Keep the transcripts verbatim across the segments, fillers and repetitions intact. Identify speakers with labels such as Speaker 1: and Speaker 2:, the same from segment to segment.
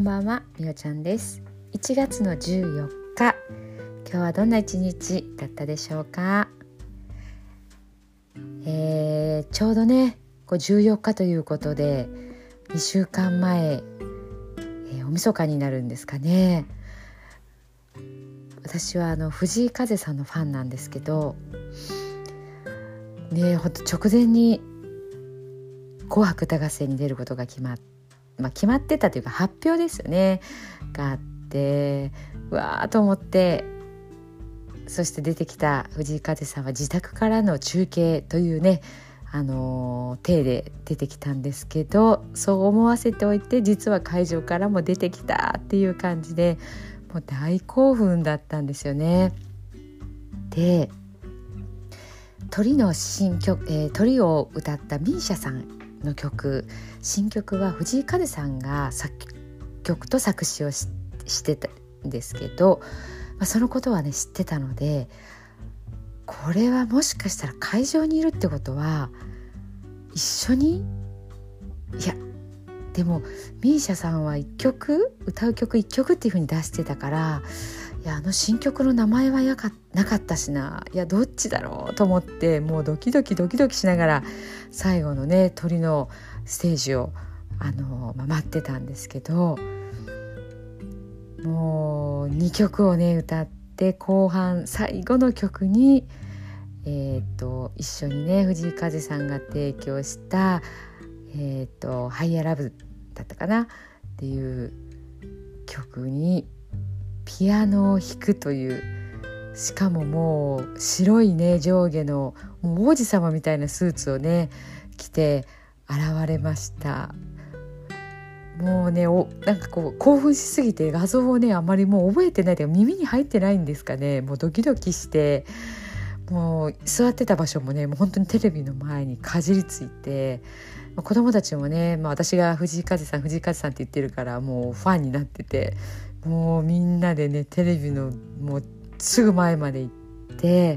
Speaker 1: んばんは、みおちゃんです。いちがつのじゅうよっか、今日はどんな一日だったでしょうか。えー、ちょうどねこうじゅうよっかということでにしゅうかんまえ、えー、大晦日になるんですかね。私はあの藤井風さんのファンなんですけどね、ほんと直前に紅白歌合戦に出ることが決まっ、まあ、決まってたというか発表ですよねがあって、うわーと思って、そして出てきた藤井風さんは自宅からの中継というね、あのー、体で出てきたんですけど、そう思わせておいて実は会場からも出てきたっていう感じで、もう大興奮だったんですよね。で、鳥の新曲、えー、鳥を歌ったミーシャさんの曲、新曲は藤井風さんが作曲と作詞を し, してたんですけど、まあ、そのことはね知ってたので、これはもしかしたら会場にいるってことは一緒に、いやでもミーシャさんはいっきょく歌う曲いっきょくっていう風に出してたから、いやあの新曲の名前はやかなかったしな、いやどっちだろうと思って、もうドキドキドキドキしながら最後のね鳥のステージをあの、まあ、待ってたんですけど、もうにきょくをね歌って、後半最後の曲にえー、と一緒にね藤井風さんが提供したえー、とハイヤーラブだったかなっていう曲にピアノを弾くという、しかももう白いね上下のもう王子様みたいなスーツをね着て現れました。もうねおなんかこう興奮しすぎて画像をねあまりもう覚えてないというか、耳に入ってないんですかね。もうドキドキして、もう座ってた場所もねもう本当にテレビの前にかじりついて、子供たちもね、まあ、私が藤井風さん藤井風さんって言ってるからもうファンになってて、もうみんなでねテレビのもうすぐ前まで行って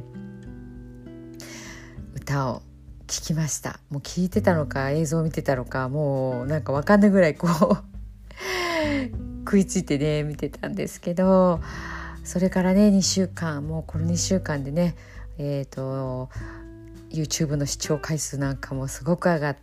Speaker 1: 歌を聴きました。もう聴いてたのか映像を見てたのかもうなんか分かんないぐらいこう食いついてね見てたんですけど、それからねにしゅうかん、もうこのにしゅうかんでねえーと YouTube の視聴回数なんかもすごく上がって、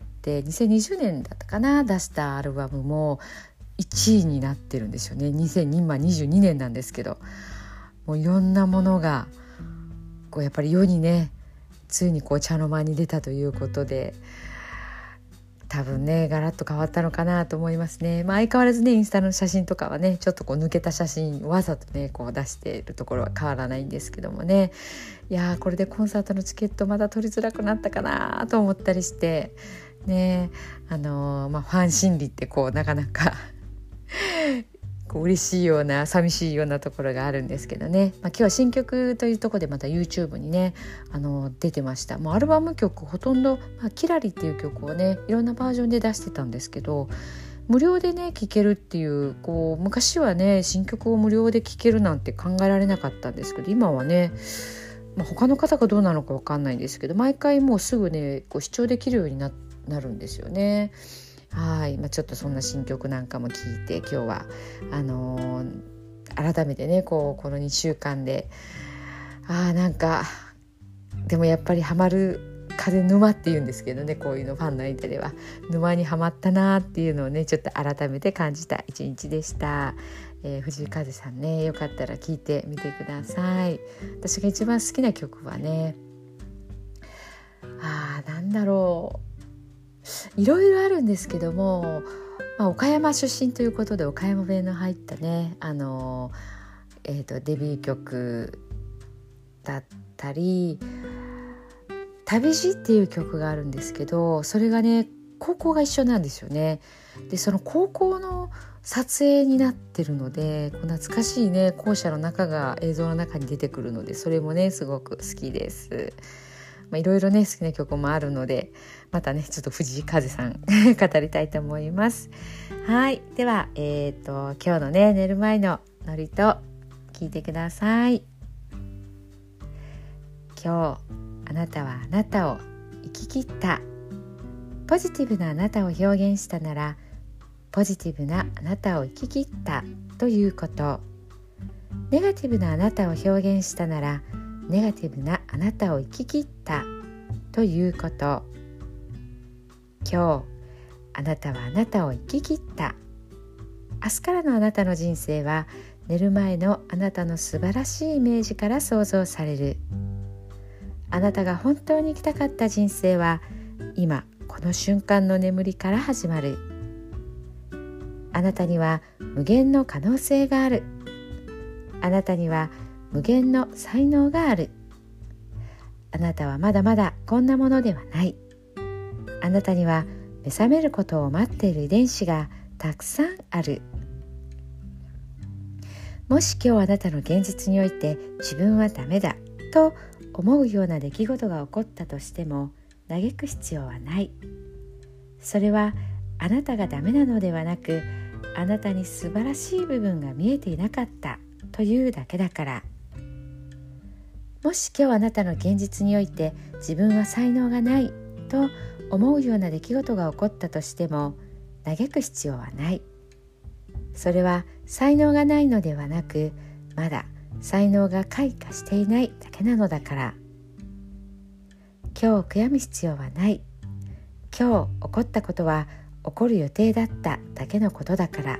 Speaker 1: にせんにじゅうねんだったかな出したアルバムもいちいになってるんですよね。にせんにじゅうにねんなんですけど、もういろんなものがこうやっぱり世にねついにこう茶の間に出たということで、多分ねガラッと変わったのかなと思いますね。まあ、相変わらずねインスタの写真とかはねちょっとこう抜けた写真わざとねこう出しているところは変わらないんですけどもね、いやこれでコンサートのチケットまだ取りづらくなったかなと思ったりしてね、あのーまあ、ファン心理ってこうなかなかこう嬉しいような寂しいようなところがあるんですけどね、まあ、今日は新曲というところでまた YouTube にねあの出てました。もうアルバム曲ほとんど、まあ、キラリっていう曲をねいろんなバージョンで出してたんですけど、無料でね聴けるっていう、こう昔はね新曲を無料で聴けるなんて考えられなかったんですけど、今はね、まあ、他の方がどうなのか分かんないんですけど、毎回もうすぐねこう視聴できるように な, なるんですよね。はい、まあ、ちょっとそんな新曲なんかも聞いて、今日はあのー、改めてねこうこのにしゅうかんで、あーなんかでもやっぱりハマる風沼っていうんですけどね、こういうのファンの間では沼にはまったなっていうのをねちょっと改めて感じた一日でした。えー、藤井風さんねよかったら聞いてみてください。私が一番好きな曲はね、あーなんだろういろいろあるんですけども、まあ、岡山出身ということで岡山弁の入ったねあの、えーと、デビュー曲だったり、旅路っていう曲があるんですけど、それがね高校が一緒なんですよね。でその高校の撮影になってるので、懐かしいね校舎の中が映像の中に出てくるので、それもねすごく好きです。まあ、いろいろね好きな曲もあるので、またねちょっと藤井風さん語りたいと思います。はい、では、えー、と今日のね寝る前のノリと聞いてください。今日あなたはあなたを生き切った。ポジティブなあなたを表現したならポジティブなあなたを生き切ったということ。ネガティブなあなたを表現したなら、ネガティブなあなたを生き切ったということ。今日あなたはあなたを生き切った。明日からのあなたの人生は、寝る前のあなたの素晴らしいイメージから想像される。あなたが本当に生きたかった人生は、今この瞬間の眠りから始まる。あなたには無限の可能性がある。あなたには無限の才能がある。あなたはまだまだこんなものではない。あなたには目覚めることを待っている遺伝子がたくさんある。もし今日あなたの現実において自分はダメだと思うような出来事が起こったとしても、嘆く必要はない。それはあなたがダメなのではなく、あなたに素晴らしい部分が見えていなかったというだけだから。もし今日あなたの現実において自分は才能がないと思うような出来事が起こったとしても、嘆く必要はない。それは才能がないのではなく、まだ才能が開花していないだけなのだから。今日悔やむ必要はない。今日起こったことは起こる予定だっただけのことだから。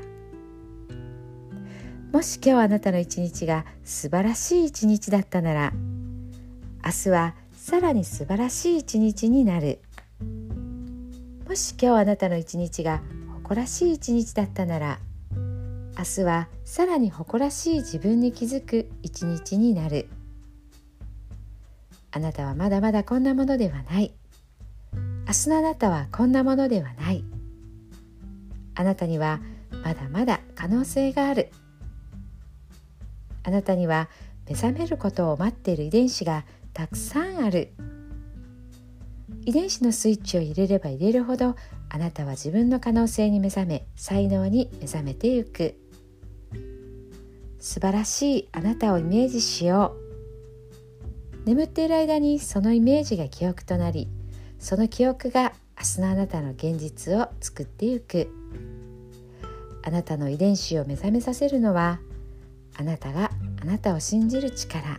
Speaker 1: もし今日あなたの一日が素晴らしい一日だったなら、明日はさらに素晴らしい一日になる。もし今日あなたの一日が誇らしい一日だったなら、明日はさらに誇らしい自分に気づく一日になる。あなたはまだまだこんなものではない。明日のあなたはこんなものではない。あなたにはまだまだ可能性がある。あなたには目覚めることを待っている遺伝子がたくさんある。遺伝子のスイッチを入れれば入れるほど、あなたは自分の可能性に目覚め、才能に目覚めてゆく。素晴らしいあなたをイメージしよう。眠っている間にそのイメージが記憶となり、その記憶が明日のあなたの現実を作ってゆく。あなたの遺伝子を目覚めさせるのは、あなたがあなたを信じる力。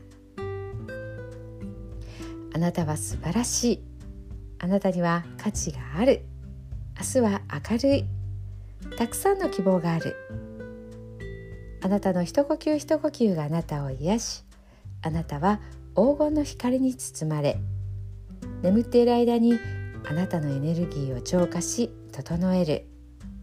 Speaker 1: あなたは素晴らしい。あなたには価値がある。明日は明るい。たくさんの希望がある。あなたの一呼吸一呼吸があなたを癒し、あなたは黄金の光に包まれ、眠っている間にあなたのエネルギーを浄化し整える。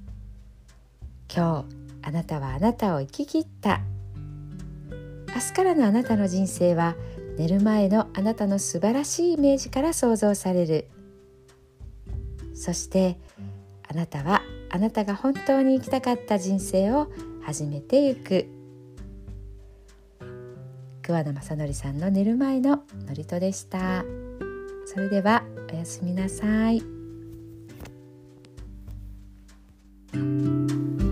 Speaker 1: 今日あなたはあなたを生き切った。明日からのあなたの人生は、寝る前のあなたの素晴らしいイメージから想像される。そしてあなたはあなたが本当に生きたかった人生を始めてゆく。桑名正則さんの寝る前の祝詞でした。それではおやすみなさい。